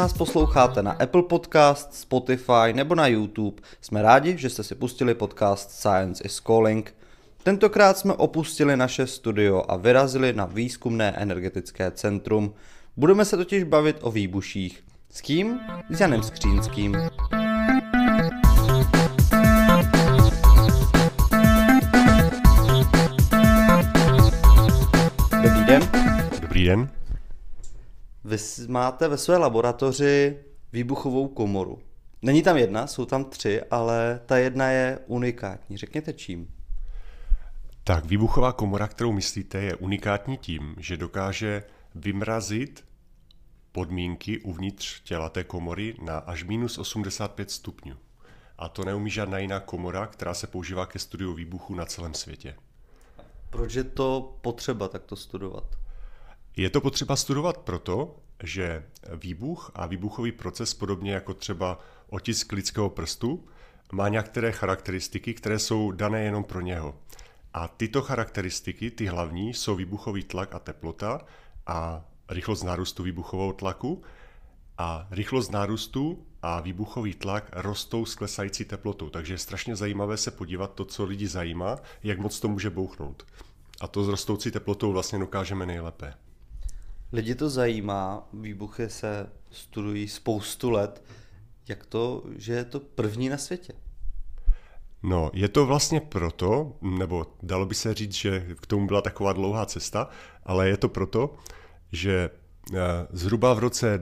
nás posloucháte na Apple Podcast, Spotify nebo na YouTube, jsme rádi, že jste si pustili podcast Science is Calling. Tentokrát jsme opustili naše studio a vyrazili na výzkumné energetické centrum. Budeme se totiž bavit o výbuších. S kým? S Janem Skřínským. Dobrý den. Dobrý den. Vy máte ve své laboratoři výbuchovou komoru. Není tam jedna, jsou tam 3, ale ta jedna je unikátní. Řekněte čím? Tak výbuchová komora, kterou myslíte, je unikátní tím, že dokáže vymrazit podmínky uvnitř těla té komory na až minus 85 stupňů. A to neumí žádná jiná komora, která se používá ke studiu výbuchu na celém světě. Proč je to potřeba takto studovat? Je to potřeba studovat proto, že výbuch a výbuchový proces, podobně jako třeba otisk lidského prstu, má některé charakteristiky, které jsou dané jenom pro něho. A tyto charakteristiky, ty hlavní, jsou výbuchový tlak a teplota a rychlost nárůstu výbuchového tlaku. A rychlost nárůstu a výbuchový tlak rostou s klesající teplotou. Takže je strašně zajímavé se podívat to, co lidi zajímá, jak moc to může bouchnout. A to s rostoucí teplotou vlastně dokážeme nejlépe. Lidi to zajímá, výbuchy se studují spoustu let. Jak to, že je to první na světě? No, je to vlastně proto, nebo dalo by se říct, že k tomu byla taková dlouhá cesta, ale je to proto, že zhruba v roce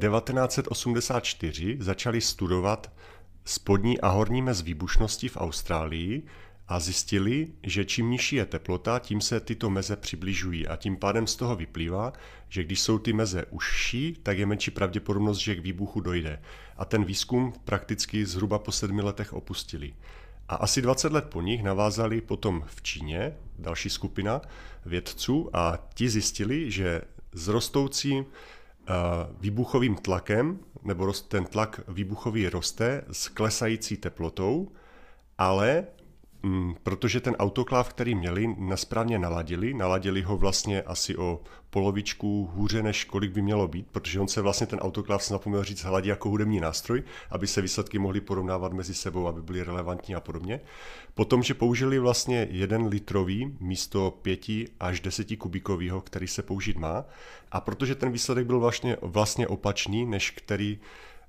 1984 začali studovat spodní a horní mez výbušnosti v Austrálii a zjistili, že čím nižší je teplota, tím se tyto meze přibližují a tím pádem z toho vyplývá, že když jsou ty meze užší, tak je menší pravděpodobnost, že k výbuchu dojde. A ten výzkum prakticky zhruba po 7 letech opustili. A asi 20 let po nich navázali potom v Číně další skupina vědců a ti zjistili, že s rostoucím výbuchovým tlakem, nebo ten tlak výbuchový roste s klesající teplotou, ale protože ten autokláv, který měli, nesprávně naladili ho vlastně asi o polovičku hůře, než kolik by mělo být, protože on se vlastně ten autokláv, jsem zapomněl říct, hladí jako hudební nástroj, aby se výsledky mohly porovnávat mezi sebou, aby byly relevantní a podobně. Potom, že použili vlastně 1 litrový místo 5 až 10 kubikového, který se použít má, a protože ten výsledek byl vlastně opačný, než který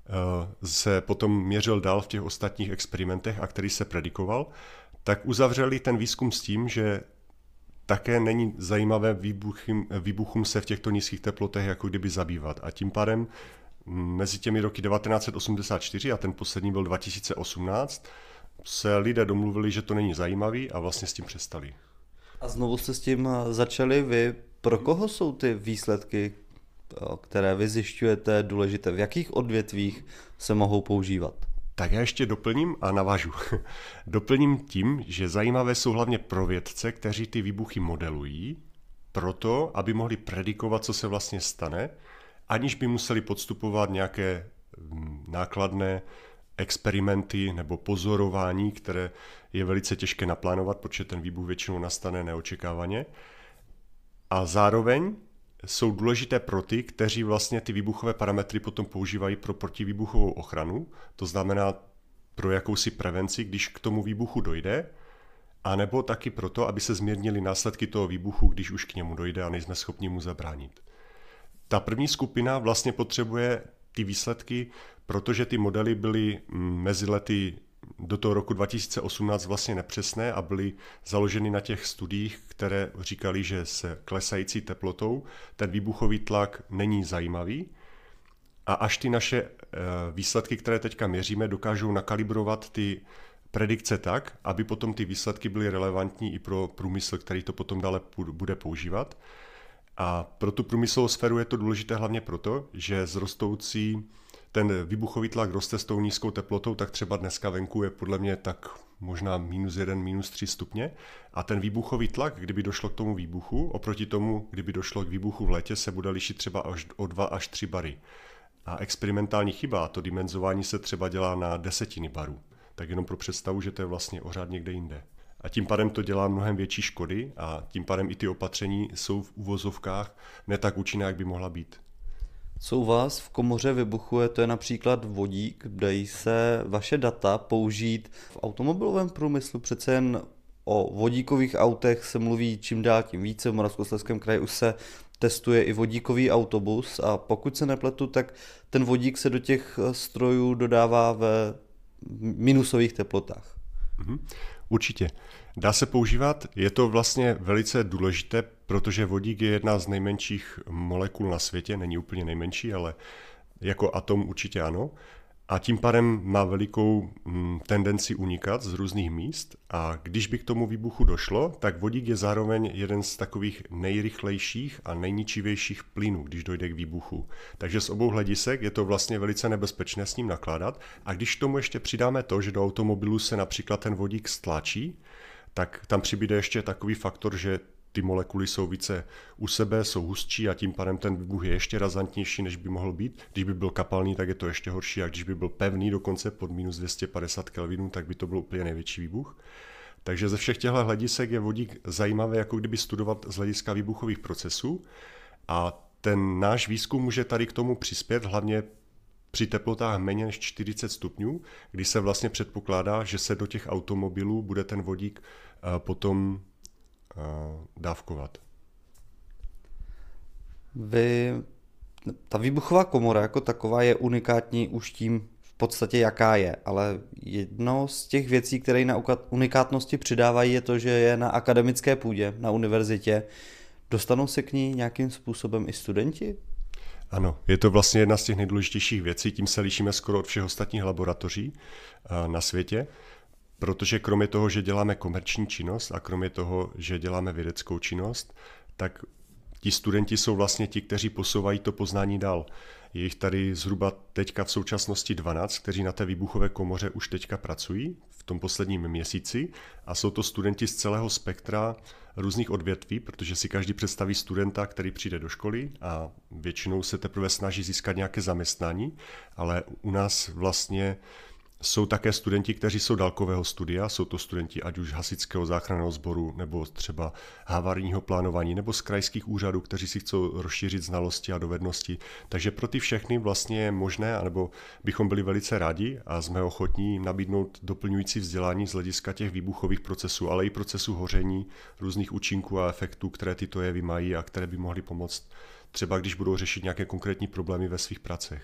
se potom měřil dál v těch ostatních experimentech a který se predikoval, tak uzavřeli ten výzkum s tím, že také není zajímavé výbuchům se v těchto nízkých teplotách jako kdyby zabývat. A tím pádem mezi těmi roky 1984 a ten poslední byl 2018 se lidé domluvili, že to není zajímavý a vlastně s tím přestali. A znovu jste s tím začali vy. Pro koho jsou ty výsledky, které vy zjišťujete, důležité? V jakých odvětvích se mohou používat? Tak já ještě doplním a navážu. Doplním tím, že zajímavé jsou hlavně pro vědce, kteří ty výbuchy modelují, proto, aby mohli predikovat, co se vlastně stane, aniž by museli podstupovat nějaké nákladné experimenty nebo pozorování, které je velice těžké naplánovat, protože ten výbuch většinou nastane neočekávaně. A zároveň jsou důležité pro ty, kteří vlastně ty výbuchové parametry potom používají pro protivýbuchovou ochranu, to znamená pro jakousi prevenci, když k tomu výbuchu dojde, anebo taky proto, aby se zmírnily následky toho výbuchu, když už k němu dojde a nejsme schopni mu zabránit. Ta první skupina vlastně potřebuje ty výsledky, protože ty modely byly mezi lety do toho roku 2018 vlastně nepřesné a byly založeny na těch studiích, které říkali, že se klesající teplotou ten výbuchový tlak není zajímavý a až ty naše výsledky, které teďka měříme, dokážou nakalibrovat ty predikce tak, aby potom ty výsledky byly relevantní i pro průmysl, který to potom dále bude používat. A pro tu průmyslovou sféru je to důležité hlavně proto, že ten výbuchový tlak roste s tou nízkou teplotou, tak třeba dneska venku je podle mě tak možná -1, -3 stupně. A ten výbuchový tlak, kdyby došlo k tomu výbuchu, oproti tomu, kdyby došlo k výbuchu v létě, se bude lišit třeba až o 2 až 3 bary. A experimentální chyba, to dimenzování se třeba dělá na 10 barů. Tak jenom pro představu, že to je vlastně o řád někde jinde. A tím pádem to dělá mnohem větší škody a tím pádem i ty opatření jsou v uvozovkách ne tak účinné, jak by mohla být. Co u vás v komoře vybuchuje, to je například vodík, dají se vaše data použít v automobilovém průmyslu, přece jen o vodíkových autech se mluví čím dál tím více, v Moravskoslezském kraji už se testuje i vodíkový autobus a pokud se nepletu, tak ten vodík se do těch strojů dodává ve minusových teplotách. Určitě. Dá se používat, je to vlastně velice důležité, protože vodík je jedna z nejmenších molekul na světě, není úplně nejmenší, ale jako atom určitě ano. A tím pádem má velikou tendenci unikat z různých míst a když by k tomu výbuchu došlo, tak vodík je zároveň jeden z takových nejrychlejších a nejničivějších plynů, když dojde k výbuchu. Takže z obou hledisek je to vlastně velice nebezpečné s ním nakládat a když k tomu ještě přidáme to, že do automobilu se například ten vodík stlačí, tak tam přibude ještě takový faktor, že ty molekuly jsou více u sebe, jsou hustší a tím pádem ten výbuch je ještě razantnější, než by mohl být. Když by byl kapalný, tak je to ještě horší a když by byl pevný dokonce pod minus 250 Kelvinů, tak by to byl úplně největší výbuch. Takže ze všech těchto hledisek je vodík zajímavé, jako kdyby studovat z hlediska výbuchových procesů a ten náš výzkum může tady k tomu přispět, hlavně při teplotách méně než 40 stupňů, kdy se vlastně předpokládá, že se do těch automobilů bude ten vodík potom dávkovat. Ta výbuchová komora jako taková je unikátní už tím v podstatě jaká je, ale jedno z těch věcí, které na unikátnosti přidávají, je to, že je na akademické půdě, na univerzitě. Dostanou se k ní nějakým způsobem i studenti? Ano, je to vlastně jedna z těch nejdůležitějších věcí, tím se lišíme skoro od všech ostatních laboratoří na světě, protože kromě toho, že děláme komerční činnost a kromě toho, že děláme vědeckou činnost, tak ti studenti jsou vlastně ti, kteří posouvají to poznání dál. Je jich tady zhruba teďka v současnosti 12, kteří na té výbuchové komoře už teďka pracují v tom posledním měsíci a jsou to studenti z celého spektra různých odvětví, protože si každý představí studenta, který přijde do školy a většinou se teprve snaží získat nějaké zaměstnání, ale u nás vlastně jsou také studenti, kteří jsou dálkového studia, jsou to studenti ať už hasičského záchranného sboru, nebo třeba havarijního plánování, nebo z krajských úřadů, kteří si chcou rozšířit znalosti a dovednosti. Takže pro ty všechny vlastně je možné, anebo bychom byli velice rádi a jsme ochotní jim nabídnout doplňující vzdělání z hlediska těch výbuchových procesů, ale i procesů hoření, různých účinků a efektů, které tyto jevy mají a které by mohly pomoct třeba když budou řešit nějaké konkrétní problémy ve svých pracech.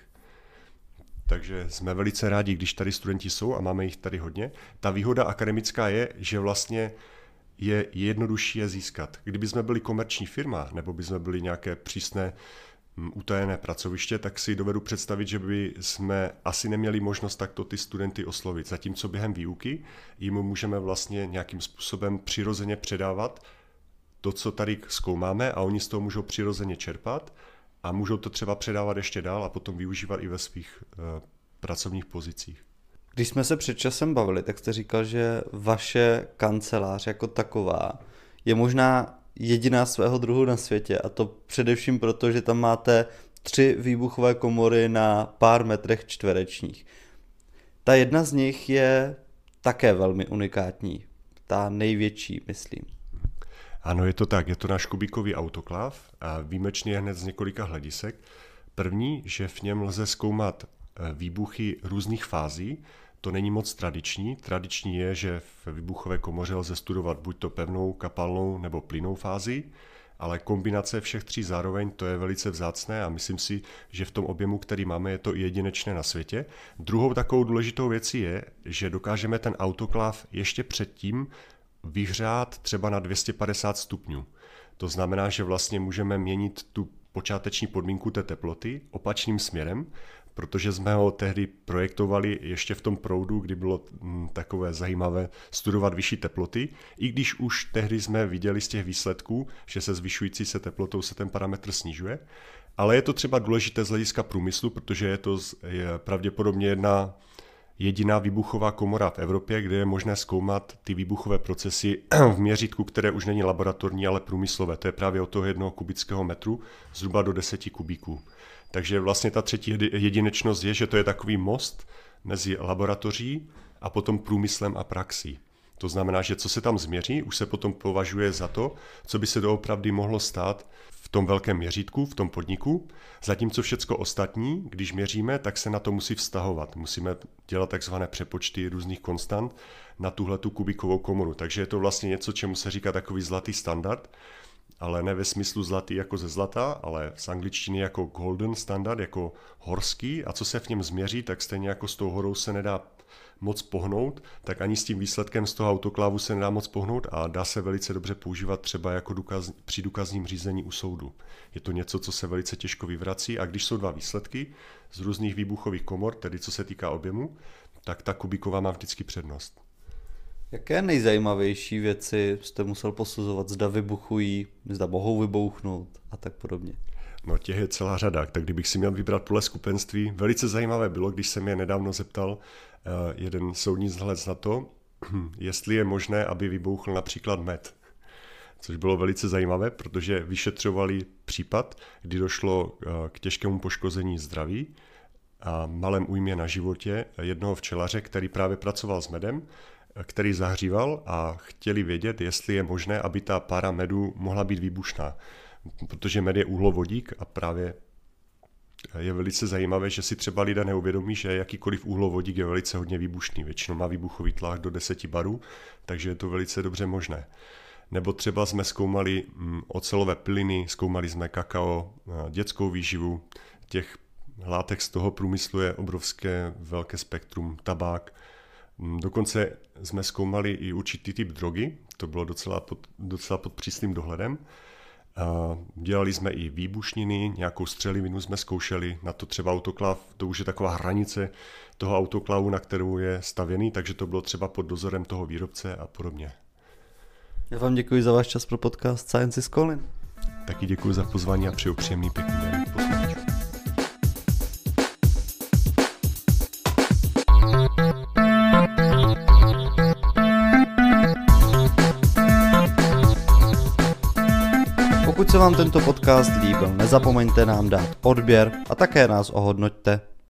Takže jsme velice rádi, když tady studenti jsou a máme jich tady hodně. Ta výhoda akademická je, že vlastně je jednodušší je získat. Kdyby jsme byli komerční firma nebo by jsme byli nějaké přísné utajené pracoviště, tak si dovedu představit, že by jsme asi neměli možnost takto ty studenty oslovit. Zatímco během výuky jim můžeme vlastně nějakým způsobem přirozeně předávat to, co tady zkoumáme a oni z toho můžou přirozeně čerpat a můžou to třeba předávat ještě dál a potom využívat i ve svých pracovních pozicích. Když jsme se před časem bavili, tak jste říkal, že vaše kancelář jako taková je možná jediná svého druhu na světě a to především proto, že tam máte 3 výbuchové komory na pár metrech čtverečních. Ta jedna z nich je také velmi unikátní, ta největší, myslím. Ano, je to tak, je to náš kubíkový autokláv a výjimečný je hned z několika hledisek. První, že v něm lze zkoumat výbuchy různých fází, to není moc tradiční. Tradiční je, že v výbuchové komoře lze studovat buď to pevnou, kapalnou nebo plynnou fázi, ale kombinace všech 3 zároveň, to je velice vzácné a myslím si, že v tom objemu, který máme, je to i jedinečné na světě. Druhou takovou důležitou věcí je, že dokážeme ten autokláv ještě předtím vyhřát třeba na 250 stupňů. To znamená, že vlastně můžeme měnit tu počáteční podmínku té teploty opačným směrem, protože jsme ho tehdy projektovali ještě v tom proudu, kdy bylo takové zajímavé studovat vyšší teploty, i když už tehdy jsme viděli z těch výsledků, že se zvyšující se teplotou se ten parametr snižuje. Ale je to třeba důležité z hlediska průmyslu, protože je pravděpodobně jediná výbuchová komora v Evropě, kde je možné zkoumat ty výbuchové procesy v měřítku, které už není laboratorní, ale průmyslové. To je právě od toho 1 kubického metru zhruba do 10 kubíků. Takže vlastně ta třetí jedinečnost je, že to je takový most mezi laboratoří a potom průmyslem a praxí. To znamená, že co se tam změří, už se potom považuje za to, co by se doopravdy mohlo stát v tom velkém měřítku, v tom podniku, zatímco všecko ostatní, když měříme, tak se na to musí vztahovat. Musíme dělat takzvané přepočty různých konstant na tuhletu kubikovou komoru. Takže je to vlastně něco, čemu se říká takový zlatý standard, ale ne ve smyslu zlatý jako ze zlata, ale z angličtiny jako golden standard, jako horský. A co se v něm změří, tak stejně jako s tou horou se nedá moc pohnout, tak ani s tím výsledkem z toho autoklávu se nedá moc pohnout a dá se velice dobře používat třeba jako při důkazním řízení u soudu. Je to něco, co se velice těžko vyvrací a když jsou dva výsledky z různých výbuchových komor, tedy co se týká objemu, tak ta kubiková má vždycky přednost. Jaké nejzajímavější věci jste musel posuzovat, zda vybuchují, zda mohou vybouchnout a tak podobně? No těch je celá řada, tak kdybych si měl vybrat podle skupenství, velice zajímavé bylo, když se mě nedávno zeptal jeden soudní znalec na to, jestli je možné, aby vybouchl například med. Což bylo velice zajímavé, protože vyšetřovali případ, kdy došlo k těžkému poškození zdraví a malém újmě na životě jednoho včelaře, který právě pracoval s medem, který zahříval a chtěli vědět, jestli je možné, aby ta pára medu mohla být výbušná. Protože med je uhlovodík a právě je velice zajímavé, že si třeba lidé neuvědomí, že jakýkoliv uhlovodík je velice hodně výbušný. Většinou má výbuchový tlak do 10 barů, takže je to velice dobře možné. Nebo třeba jsme zkoumali ocelové plyny, zkoumali jsme kakao, dětskou výživu. Těch látek z toho průmyslu je obrovské velké spektrum, tabák. Dokonce jsme zkoumali i určitý typ drogy, to bylo docela pod přísným dohledem. Dělali jsme i výbušniny, nějakou střelivinu jsme zkoušeli, na to třeba autoklav, to už je taková hranice toho autoklavu, na kterou je stavěný, takže to bylo třeba pod dozorem toho výrobce a podobně. Já vám děkuji za váš čas pro podcast Science is Calling. Taky děkuji za pozvání a přeju příjemný pěkný den posluchačům. Pokud se vám tento podcast líbil, nezapomeňte nám dát odběr a také nás ohodnoťte.